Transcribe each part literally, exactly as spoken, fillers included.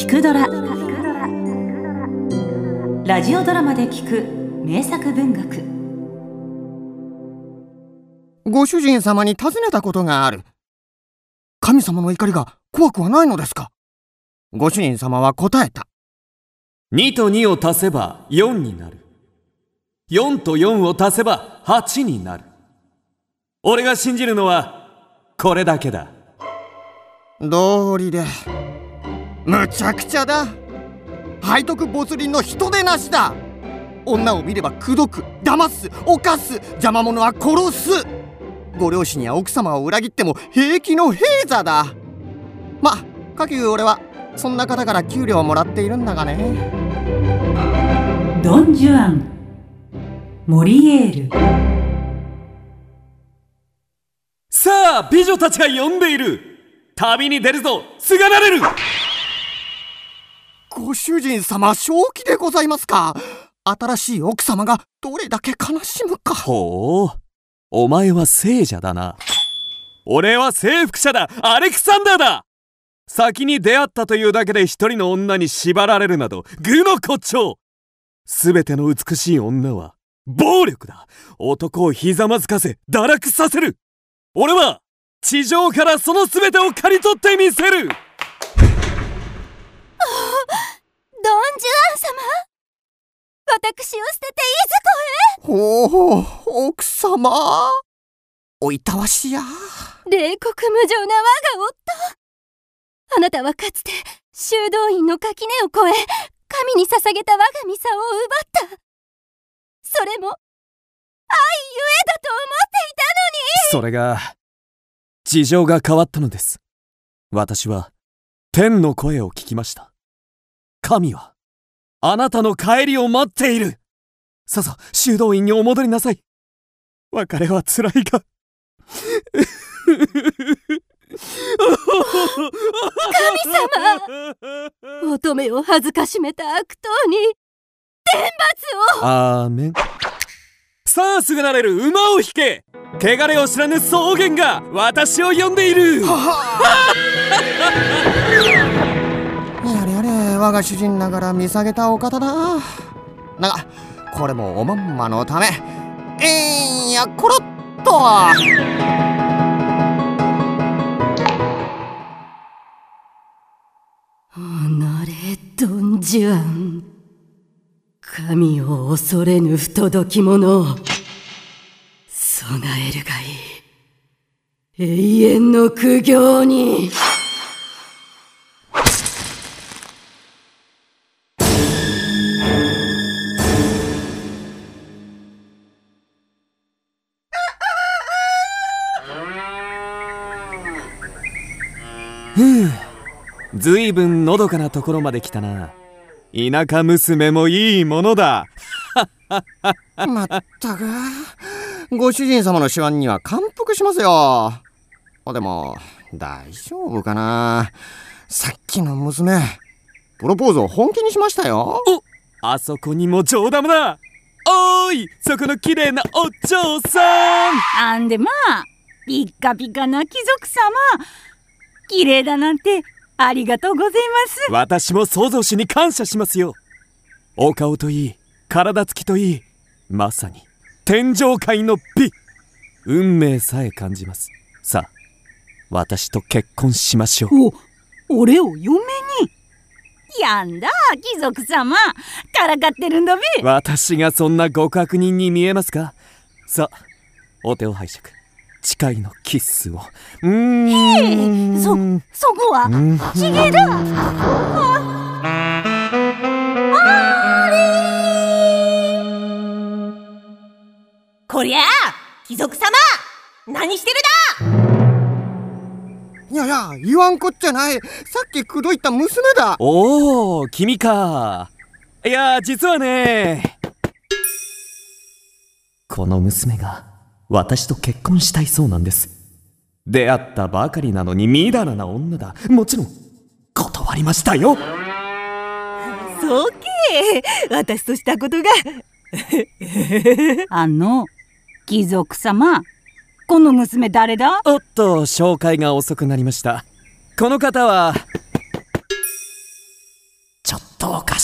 くドラ、ラジオドラマで聞く名作文学。 ご主人様に尋ねたことがある。神様の怒りが怖くはないのですか？ご主人様は答えた。 にとにを足せばよんになる。よんとよんを足せばはちになる。俺が信じるのはこれだけだ。 道理でむちゃくちゃだ。背徳没輪の人でなしだ。女を見れば口説く、騙す、犯す、邪魔者は殺す。ご両親や奥様を裏切っても平気の平座だ。ま、かきゅう俺はそんな方から給料をもらっているんだがね。 ドン・ジュアン、モリエール。 さあ美女たちが呼んでいる。旅に出るぞ、すがられる。 ご主人様、正気でございますか？新しい奥様がどれだけ悲しむか。 ほう、お前は聖者だな。俺は征服者だ、アレクサンダーだ。先に出会ったというだけで一人の女に縛られるなど愚の骨頂。すべての美しい女は暴力だ。男をひざまずかせ堕落させる。俺は地上からそのすべてを刈り取ってみせる。 ドン・ジュアン様、私を捨てていずこへ。 ほう、奥様、おいたわしや。 冷酷無情な我が夫。あなたはかつて修道院の垣根を越え、神に捧げた我が御座を奪った。それも愛ゆえだと思っていたのに。 それが事情が変わったのです。私は天の声を聞きました。神はあなたの帰りを待っている。ささ修道院にお戻りなさい。別れはつらいが神様、乙女を恥ずかしめた悪党に天罰を。 アーメン。さあすぐなれる、馬を引け。汚れを知らぬ草原が私を呼んでいる。 やれやれ、我が主人ながら見下げたお方だ。だがこれもおまんまのため。えんやころっと。 おのれドン・ジュアン、神を恐れぬ不届き者を備えるがいい。永遠の苦行に。 ふう、ずいぶんのどかなところまで来たな。田舎娘もいいものだ。 まったく、ご主人様の手腕には感服しますよ。でも大丈夫かな。さっきの娘、プロポーズを本気にしましたよ。 お、あそこにも上玉だ。おーい、そこの綺麗なお嬢さん。 あんでまあ、ピッカピカな貴族様、綺麗だなんてありがとうございます。 私も創造主に感謝しますよ。お顔といい、体つきといい、まさに天上界の美。運命さえ感じます。さあ私と結婚しましょう。 お、俺を嫁に。やんだ貴族様、からかってるんだべ。 私がそんな極悪人に見えますか？さあお手を拝借、誓いのキッスを。うーん、 へえ、そ、そこはちげだ。あれこりゃあ貴族様、何してるだ。 いやいや、言わんこっちゃない。さっき口説いた娘だ。 おお、君か。いや実はね、この娘が私と結婚したいそうなんです。出会ったばかりなのにみだらな女だ。もちろん断りましたよ。 そうけ、私としたことがあの貴族様、この娘誰だ？ おっと、紹介が遅くなりました。この方は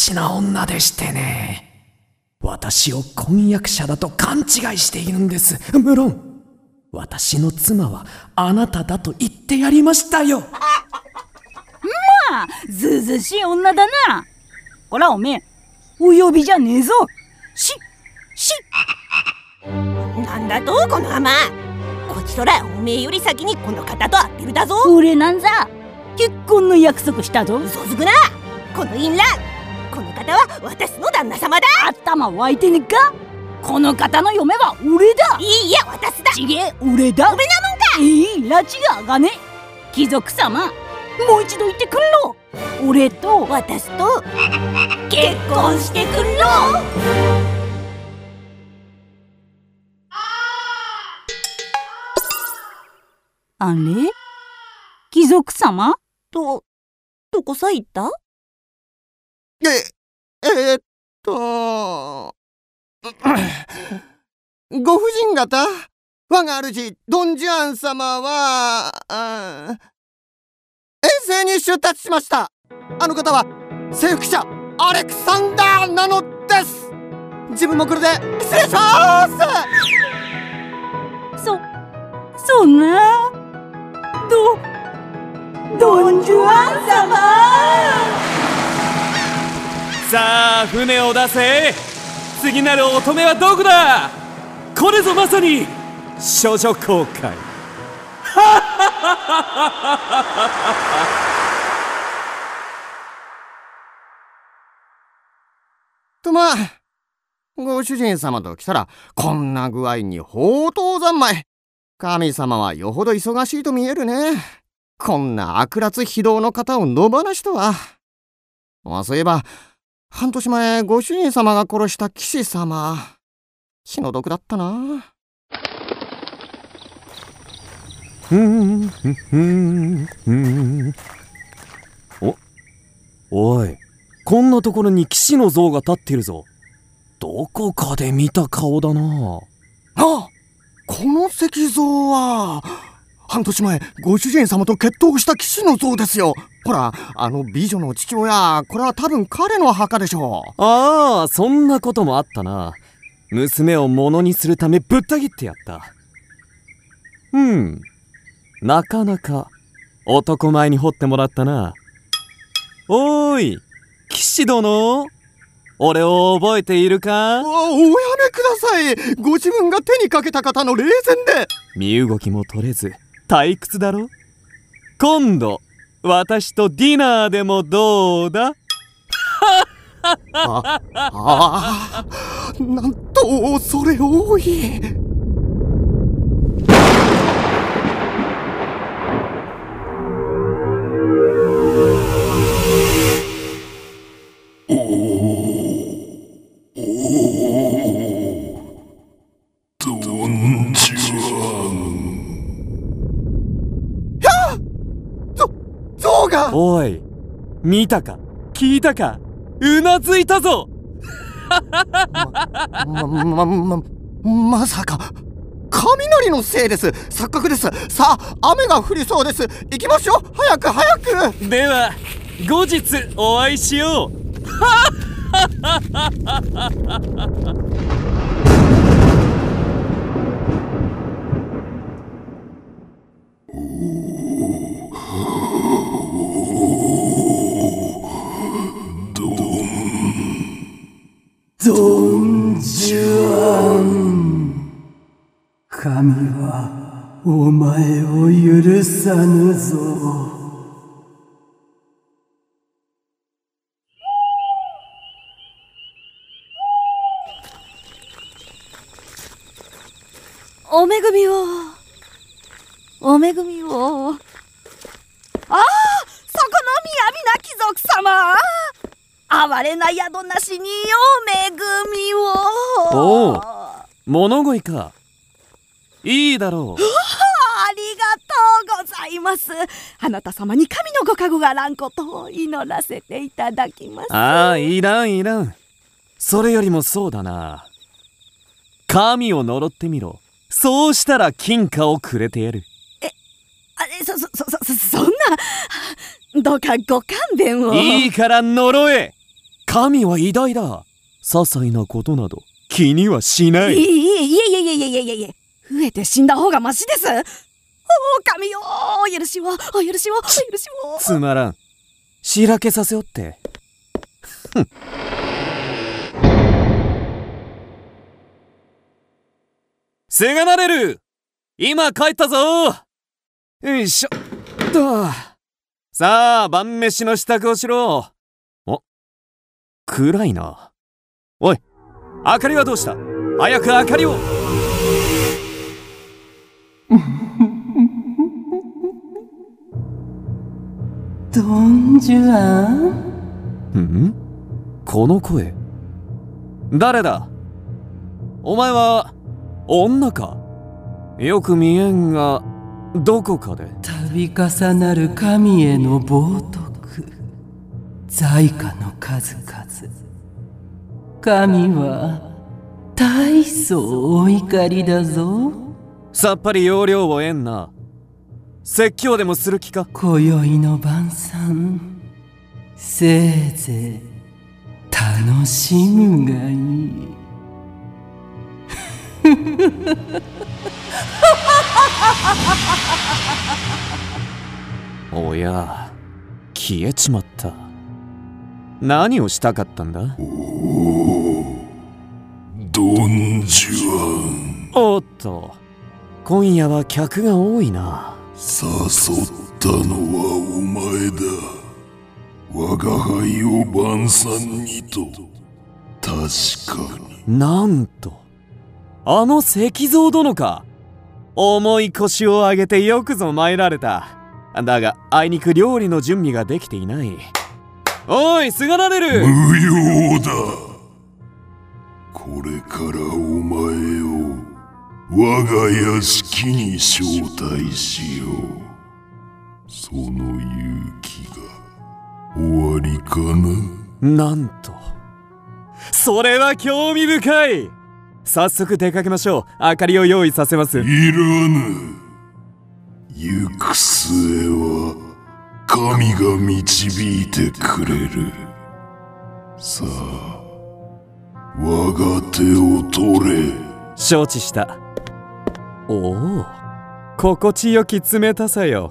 ちな女でしてね、私を婚約者だと勘違いしているんです。無論私の妻はあなただと言ってやりましたよ。 まあずうずうしい女だな。こらおめえお呼びじゃねえぞ。ししなんだとこの浜、こちとらおめえより先にこの方と会ってるだぞ。 俺なんざ結婚の約束したぞ。 嘘つくな。この淫乱、この方は私の旦那様だ。 頭湧いてねっか。この方の嫁は俺だ。 いいや私だ。 ちげえ俺だ。 俺なもんか。 ええ、拉致があがね。貴族様もう一度言ってくんろ。俺と私と結婚してくんろ。 あれ貴族様とどこさ行った？ え、えー、っとご婦人方、我が主ドン・ジュアン様は遠征に出立しました。あの方は征服者アレクサンダーなのです。自分もこれで失礼します。 そそんなドドン・ジュアン様。 さあ船を出せ。次なる乙女はどこだ。これぞまさに処女公開。 とまあご主人様と来たらこんな具合に宝刀三昧。神様はよほど忙しいと見えるね。こんな悪辣非道の方を野放しとは。まあそういえば半年前ご主人様が殺した騎士様、気の毒だったな。 おおい、こんなところに騎士の像が立っているぞ。どこかで見た顔だな。 あ、この石像は半年前ご主人様と決闘した騎士の像ですよ。ほら、あの美女の父親、これは多分彼の墓でしょう。 ああ、そんなこともあったな。娘を物にするためぶった切ってやった。うん、なかなか男前に掘ってもらったな。おーい、騎士殿、俺を覚えているか？ お、おやめください。ご自分が手にかけた方の霊前で。 身動きも取れず退屈だろ。今度私とディナーでもどうだ？ ああ、なんと恐れ多い。 おい、見たか聞いたか、うなずいたぞ。 ま、ま、ま、ま、まさか雷のせいです。錯覚です。さあ、雨が降りそうです。行きましょう。早く早く。 では後日お会いしよう。 ドン・ジュアン、神はお前を許さぬぞ。 お恵みをお恵みを。ああ、そこのみやびな貴族様、哀れな宿なしにお恵みを。 おお、物乞いか。いいだろう。 ありがとうございます。あなた様に神のご加護があらんことを祈らせていただきます。 ああ、いらんいらん。それよりもそうだな、神を呪ってみろ。そうしたら金貨をくれてやる。 え、あれ、そそそそそんな、どうかご勘弁を。 いいから呪え。 神は偉大だ。些細なことなど気にはしない。 いえいえいえいえいえいえいえいえ、増えて死んだ方がマシです。お神よ、お許しを、お許しを、お許しを。 つまらん。しらけさせよって。ふん。せがなれる。今帰ったぞ。よいしょっと。さあ晩飯の支度をしろ。お、暗いな。おい、明かりはどうした。早く明かりを。 ドンジュアン？ ん？この声誰だ。お前は女か。よく見えんがどこかで。 度重なる神への冒涜、罪過の数々。神は大層お怒りだぞ。 さっぱり要領を得んな。説教でもする気か。 今宵の晩餐、せいぜい楽しむがいい。 おや、消えちまった。何をしたかったんだ。 おお、ドンジュアン。 おっと、今夜は客が多いな。 誘ったのはお前だ。我が輩を晩餐にと。確かに。 なんと、あの石像殿か。重い腰を上げてよくぞ参られた。だがあいにく料理の準備ができていない。おい、すがられる。 無用だ。これからお前を我が屋敷に招待しよう。その勇気が終わりかな。 なんと、それは興味深い。早速出かけましょう。明かりを用意させます。 いらぬ。行く末は神が導いてくれる。さあ、我が手を取れ。 承知した。おお、心地よき冷たさよ。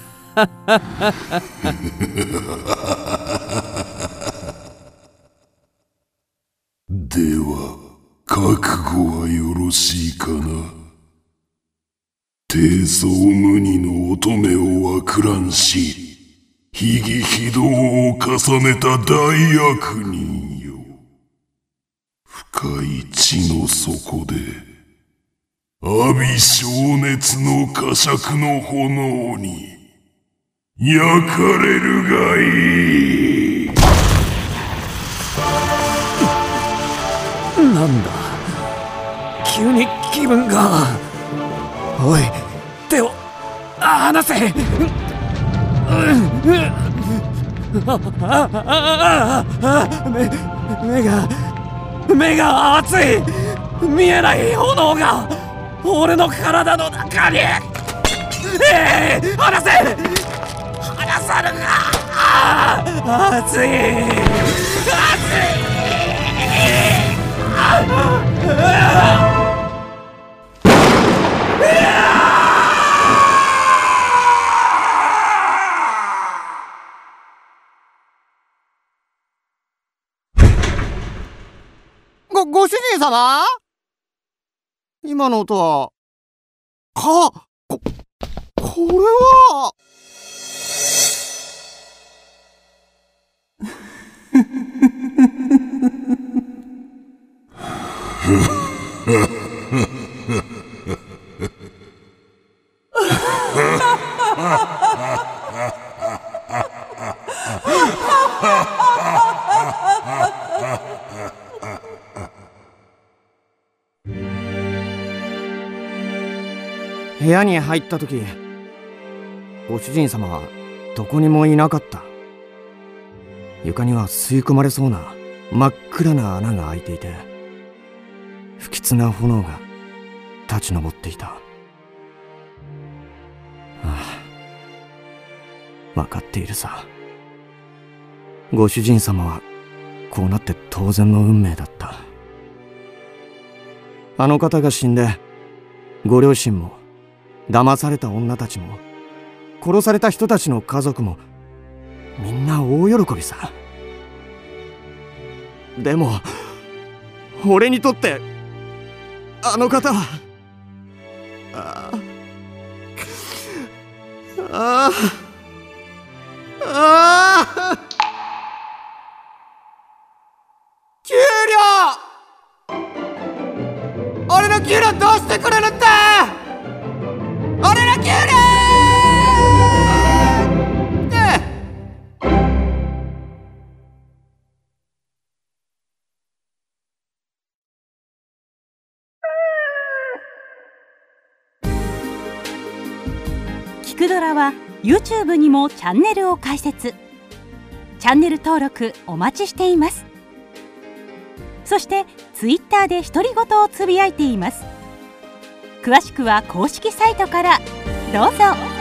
では覚悟はよろしいかな。低層無二の乙女を枠乱し、非義非道を重ねた大悪人よ。深い地の底で阿鼻消熱の呵責の炎に焼かれるがいい。 なんだ、急に気分が。おい、手を離せ。目目が目が熱い。見えない炎が俺の体の中に。えー、離せ。離さぬか。熱い熱い。 ご、ご主人様？今の音は、か、こ、これは。部屋に入った時、ご主人様はどこにもいなかった。床には吸い込まれそうな真っ暗な穴が開いていて、不吉な炎が立ち上っていた。ああ、分かっているさ。ご主人様はこうなって当然の運命だった。あの方が死んで、ご両親も騙された女たちも殺された人たちの家族もみんな大喜びさ。でも俺にとってあの方はああああ給料、俺の給料どうしてくれるって、俺の給料って。 キクドラは YouTube にもチャンネルを開設。チャンネル登録お待ちしています。そして Twitter で独り言をつぶやいています。詳しくは公式サイトからどうぞ。